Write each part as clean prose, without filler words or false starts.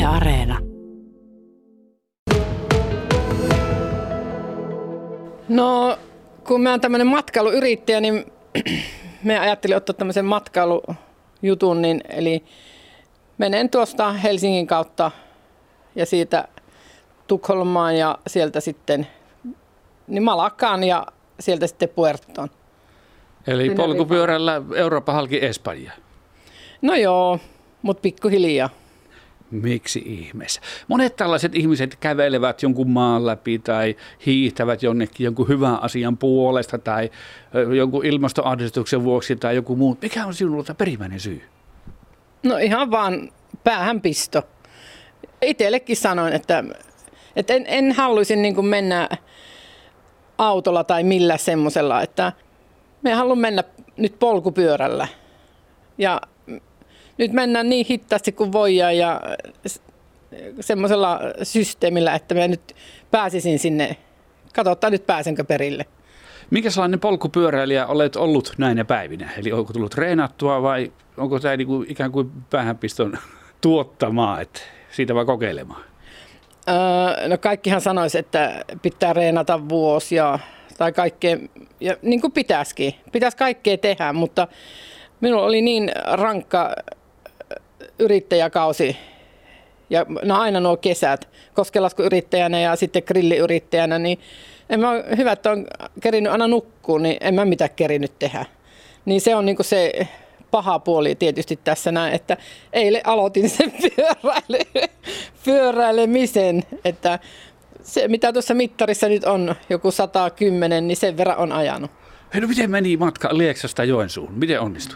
Areena. No, kun mä oon tämmöinen matkailuyrittäjä, niin me ajattelin ottaa tämmöisen matkailujutun, niin, eli menen tuosta Helsingin kautta ja siitä Tukholmaan ja sieltä sitten niin Malakkaan ja sieltä sitten Puertoon. Eli polkupyörällä Eurooppa halki Espanjaa. No joo, mutta pikkuhiljaa. Miksi ihmeessä? Monet tällaiset ihmiset kävelevät jonkun maan läpi tai hiihtävät jonnekin jonkun hyvän asian puolesta tai jonkun ilmastoahdistuksen vuoksi tai joku muu. Mikä on sinulta perimmäinen syy? No ihan vaan päähänpisto. Itsellekin sanoin, että en haluaisi niin kuin mennä autolla tai millä semmoisella, että me haluan mennä nyt polkupyörällä. Ja nyt mennään niin hitaasti kuin voidaan ja semmoisella systeemillä, että mä nyt pääsisin sinne. Katsotaan nyt pääsenkö perille. Minkä sellainen polkupyöräilijä olet ollut näinä päivinä? Eli onko tullut treenattua vai onko tämä niinku ikään kuin päähänpiston tuottamaa, että siitä vaan kokeilemaan? No kaikkihan sanoisi, että pitää treenata vuosi tai kaikkea, ja niin kuin pitäisikin. Pitäisi kaikkea tehdä, mutta minulla oli niin rankka yrittäjäkausi ja aina nuo kesät koskelaskuyrittäjänä ja sitten grilliyrittäjänä, niin hyvä, että on kerinyt aina nukkua, niin en mä mitään kerinyt tehdä. Niin se on niin kuin se paha puoli tietysti tässä näin, että eilen aloitin sen pyöräilemisen, että se mitä tuossa mittarissa nyt on, joku 110, niin sen verran on ajanut. Hei, no miten meni matka Lieksasta Joensuuhun? Miten onnistui?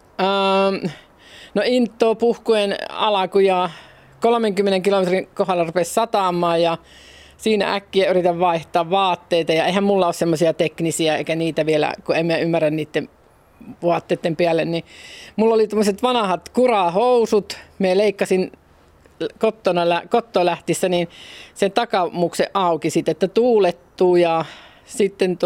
No intoo puhkuen alku ja 30 kilometrin kohdalla rupesi sataamaan ja siinä äkkiä yritän vaihtaa vaatteita ja eihän mulla ole semmoisia teknisiä eikä niitä vielä, kun emme ymmärrä niiden vaatteiden päälle, niin mulla oli tämmöiset vanhat kurahousut, me leikkasin kottoon lähtissä, niin sen takamuksen auki sitten, että tuulettuu ja sitten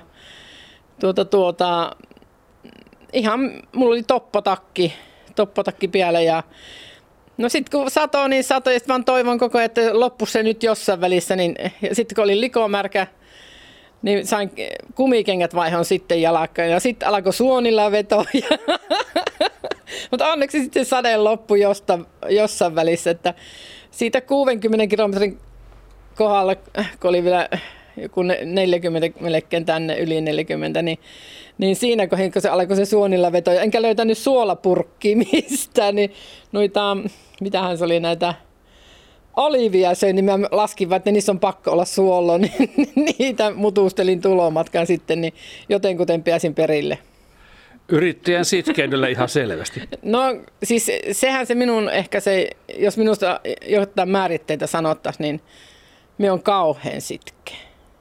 ihan mulla oli toppatakki päällä ja no sitten kun satoi, niin satoi ja sitten vaan toivon koko ajan, että loppuisi se nyt jossain välissä, niin sitten kun oli likomärkä, niin sain kumikengät vaihon sitten jalakkaan ja sitten alkoi suonilla veto. Mutta onneksi sitten sade loppui jossain välissä, että siitä 60 kilometrin kohdalla, kun oli vielä joku 40 melkein tänne, yli 40, niin siinä kun se alkoi se suonilla veto, enkä löytänyt suolapurkkia mistään, niin noita, mitähän se oli näitä olivia söin, niin mä laskin, että niissä on pakko olla suolo, niin niitä mutustelin tulomatkan sitten, niin jotenkuten pääsin perille. Yrittäjän sitkeydellä ihan selvästi. No siis sehän se minun ehkä se, jos minusta jotain määritteitä sanottaisiin, niin minä olen kauhean sitkeä.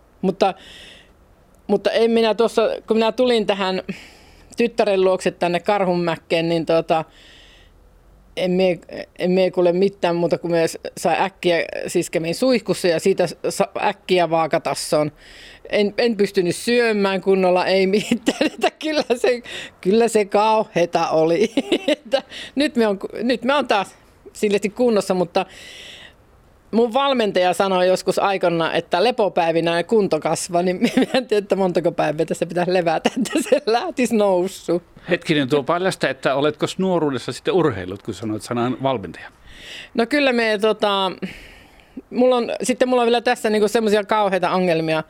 Mutta en minä tuossa, kun minä tulin tähän tyttären luokse tänne Karhunmäkkeen, niin en mie kuule mitään muuta, kun me sai äkkiä siskemin suihkussa ja siitä äkkiä vaakatassoon. En pystynyt syömään kunnolla, ei mitään, että kyllä se kauheata oli. Nyt me on taas silleesti kunnossa, mutta mun valmentaja sanoi joskus aikana, että lepopäivinä ja kunto kasvaa, niin en tiedä, että montako päivää tässä pitäisi levätä, että se lähtisi noussut. Hetkinen, tuo paljasta, että oletko nuoruudessa sitten urheilut, kun sanoit sanan valmentaja? No kyllä mulla on vielä tässä niinku semmoisia kauheita ongelmia.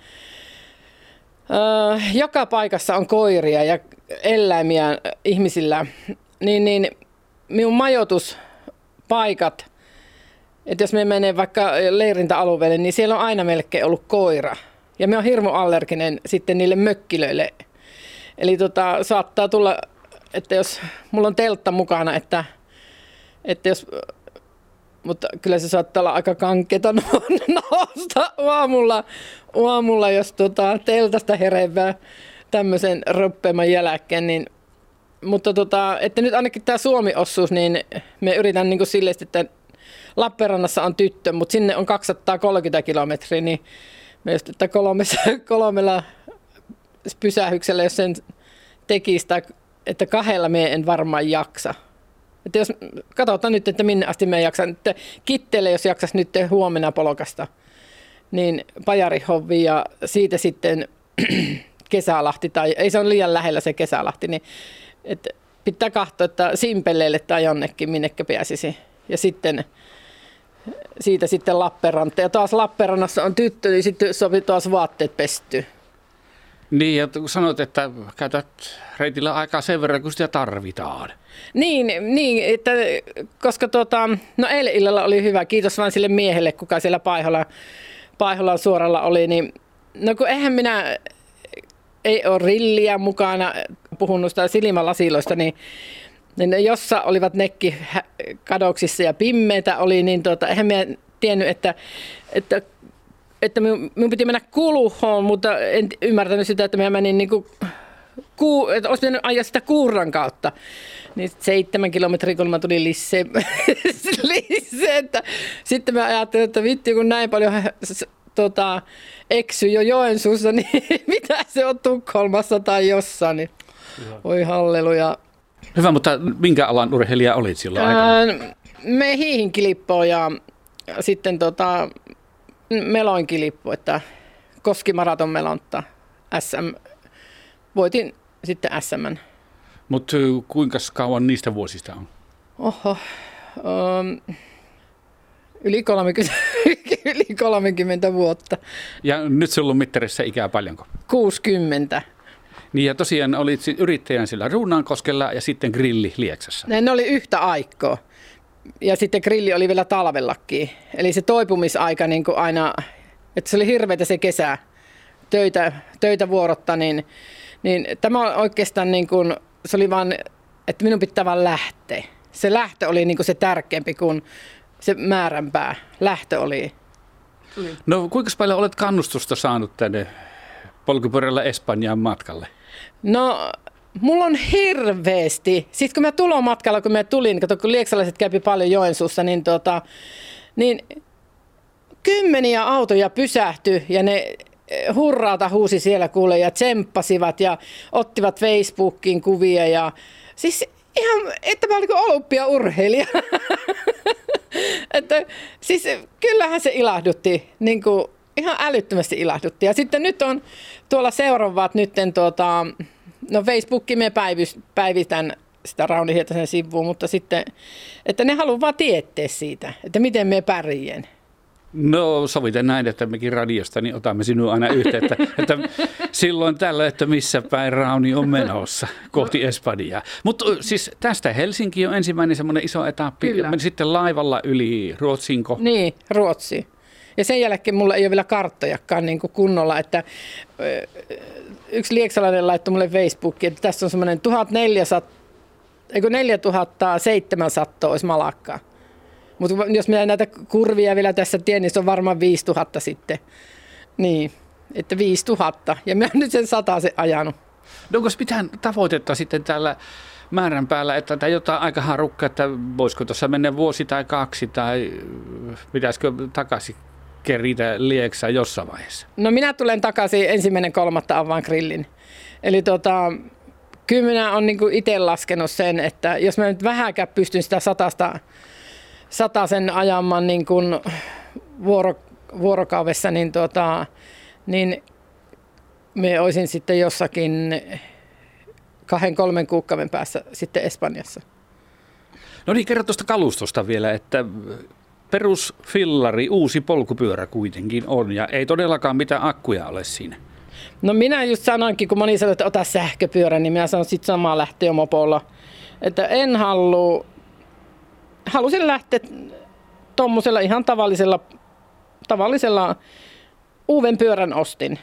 Joka paikassa on koiria ja eläimiä ihmisillä, niin minun majoituspaikat, että jos me menee vaikka leirintäalueelle, niin siellä on aina melkein ollut koira. Ja me on hirmu allerginen sitten niille mökkilöille. Eli saattaa tulla, että jos mulla on teltta mukana, että jos, mutta kyllä se saattaa olla aika kankeeta nousta aamulla jos teltasta herevää tämmöisen ruppeaman jälkeen, niin mutta että nyt ainakin tämä Suomi-osuus, niin me yritän niin kuin silleen, että Lappeenrannassa on tyttö, mutta sinne on 230 kilometriä, niin myös että kolmella pysähyksellä, jos sen tekisi, että kahdella me en varmaan jaksa. Että jos katsotaan nyt, että minne asti me jaksan. Että Kitteelle, jos jaksaisi nyt huomenna polkasta, niin Pajarihovi ja siitä sitten Kesälahti, tai ei se ole liian lähellä se Kesälahti, niin että pitää katsoa, että Simpeleelle tai jonnekin, minnekä pääsisi. Ja sitten siitä sitten Lappeenranta. Ja taas Lappeenrannassa on tyttö, niin sitten sopi taas vaatteet pestyä. Niin, ja kun sanoit, että käytät reitillä aikaa sen verran, kun sitä tarvitaan. Niin että, koska no eilen illalla oli hyvä. Kiitos vain sille miehelle, kuka siellä Paiholan suoralla oli. Niin, no kun eihän minä, ei ole rilliä mukana, puhunut sitä silmälasiloista, niin ne jossa olivat nekki kadoksissa ja pimmeitä oli, niin eihän minä tiennyt, että minun piti mennä Kuluhoon, mutta en ymmärtänyt sitä, että minä menin että olisi pitänyt ajaa sitä Kuurran kautta. Niin 7 kilometriä, kun mä tulin lisää, että sitten mä ajattelin, että vitti, kun näin paljon eksy jo Joensuussa, niin mitä se on Tukholmassa tai jossain. Niin. Oi halleluja. Hyvä, mutta minkä alan urheilija olit silloin aikana? Me hiihinkilippoon ja sitten meloinkilippu, että Koski-maraton melonta, voitin sitten SM:n. Mutta kuinka kauan niistä vuosista on? Oho, yli 30 vuotta. Ja nyt sulla on mittarissa ikää paljonko? 60. Niin ja tosiaan olit yrittäjän sillä Ruunaankoskella ja sitten grilli Lieksassa. Ne oli yhtä aikaa. Ja sitten grilli oli vielä talvellakin. Eli se toipumisaika niin kuin aina, että se oli hirveätä se kesä, töitä vuorotta, niin tämä on oikeastaan niin kuin, se oli vaan, että minun pitää vaan lähteä. Se lähtö oli niin kuin se tärkeämpi kuin se määränpää. Lähtö oli. No kuinka paljon olet kannustusta saanut tänne polkupyörällä Espanjaan matkalle? No mulla on hirveästi. Sitten kun mä tulon matkalla, kun mä tulin, kun lieksalaiset kävi paljon Joensuussa, niin kymmeniä autoja pysähtyi ja ne hurraata huusi siellä kuule ja tsemppasivat ja ottivat Facebookiin kuvia ja siis ihan, että mä olin kuin olympiaurheilija. Että siis kyllähän se ilahdutti, niin kuin ihan älyttömästi ilahdutti. Ja sitten nyt on tuolla seuraavat nytten no Facebookiin me päivitän sitä Rauni Hietasen sivuun, mutta sitten, että ne haluaa vaan tietää siitä, että miten me pärjään. No sovitaan näin, että mekin radiosta niin otamme sinua aina yhteyttä, että silloin tällä, että missä päin Rauni on menossa kohti Espanjaa. Mutta siis tästä Helsinki on ensimmäinen semmoinen iso etappi, meni sitten laivalla yli Ruotsinko? Niin, Ruotsi. Ja sen jälkeen mulla ei ole vielä karttojakaan niin kuin kunnolla, että yksi lieksalainen laittoi mulle Facebookiin, että tässä on semmoinen 4700 olisi malakkaa. Mutta jos minä näitä kurvia vielä tässä tien, niin se on varmaan 5000 sitten. Niin, että 5000. Ja minä olen nyt sen 100 ajanut. No onko mitään tavoitetta sitten täällä määrän päällä, että jotain aika harukka, että voisiko tuossa mennä vuosi tai 2 tai pitäisikö takaisin keritä Lieksaan jossain vaiheessa? No minä tulen takaisin 1.3. avaan grillin. Eli kyllä minä olen niin itse laskenut sen, että jos mä nyt vähänkään pystyn sitä 100 ajamaan niin kuin vuorokaudessa, niin me olisin sitten jossakin 2-3 kuukauden päässä sitten Espanjassa. No niin, kerro tuosta kalustosta vielä, että perusfillari, uusi polkupyörä kuitenkin on ja ei todellakaan mitään akkuja ole siinä. No minä just sanoinkin, kun moni sanoi, että ota sähköpyörä, niin minä sanoin sitten samaa lähteä mopolla, että en halusin lähteä tuommoisella ihan tavallisella uuden pyörän ostin.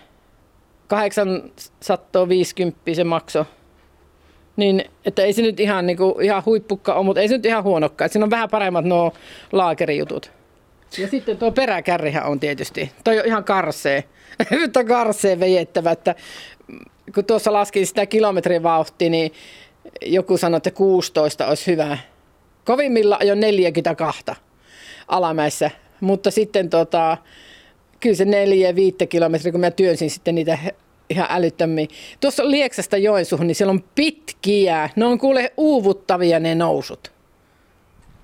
850 se maksoi. Niin, että ei se nyt ihan huippukka ole, mutta ei se nyt ihan huonokkaan. Siinä on vähän paremmat nuo laakerijutut. Ja sitten tuo peräkärrihän on tietysti. Toi on ihan karsee. Nyt on karsee vejettävä, että kun tuossa laskin sitä kilometrivauhtia, niin joku sanoi, että 16 olisi hyvä. Kovimmilla ajoin 42 alamäessä, mutta sitten kyllä se 4-5 kilometriä, kun mä työnsin sitten niitä ihan älyttömiä. Tuossa Lieksasta Joensuuhun, niin siellä on pitkiä, ne on kuule uuvuttavia ne nousut.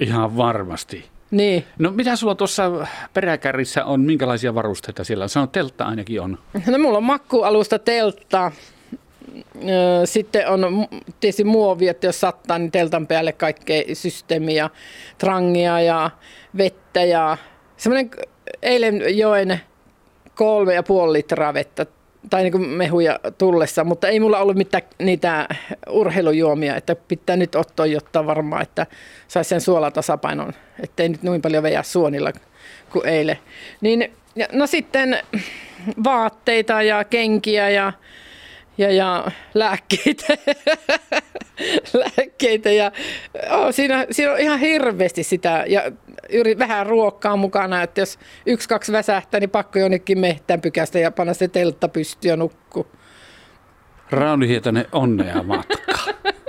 Ihan varmasti. Niin. No mitä sulla tuossa peräkärrissä on, minkälaisia varusteita siellä on? Sanoit, teltta ainakin on. No mulla on makkualusta, teltta. Sitten on tietysti muovi, että jos sattaa, niin teltan päälle kaikkea systeemiä, trangia ja vettä ja semmoinen eilen joen 3,5 litraa vettä tai niin kuin mehuja tullessa, mutta ei mulla ollut mitään niitä urheilujuomia, että pitää nyt ottaa jotta varmaan, että saisi sen suolatasapainon, ettei nyt noin paljon veijää suonilla kuin eilen. Niin, no sitten vaatteita ja kenkiä ja lääkkeitä. Lääkkeitä ja siinä on ihan hirveästi sitä ja vähän ruokaa mukana, että jos 1-2 väsähtää, niin pakko jonnekin mehtään pykästä ja panna se teltta pystyyn ja nukkuu. Rauni Hietanen, onnea matkaa.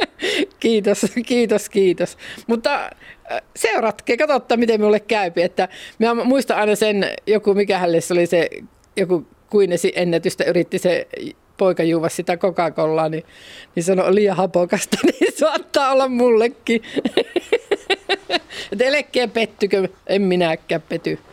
Kiitos. Mutta seuratke, katsotaan miten minulle käypi. Että minä muistan aina sen, mikähän se oli se joku Guinnessin ennätystä, yritti se poika juua sitä Coca-Colaa, niin sanoi liian hapokasta, niin saattaa olla mullekin. Et elekkeen pettykö, en minäkään pety.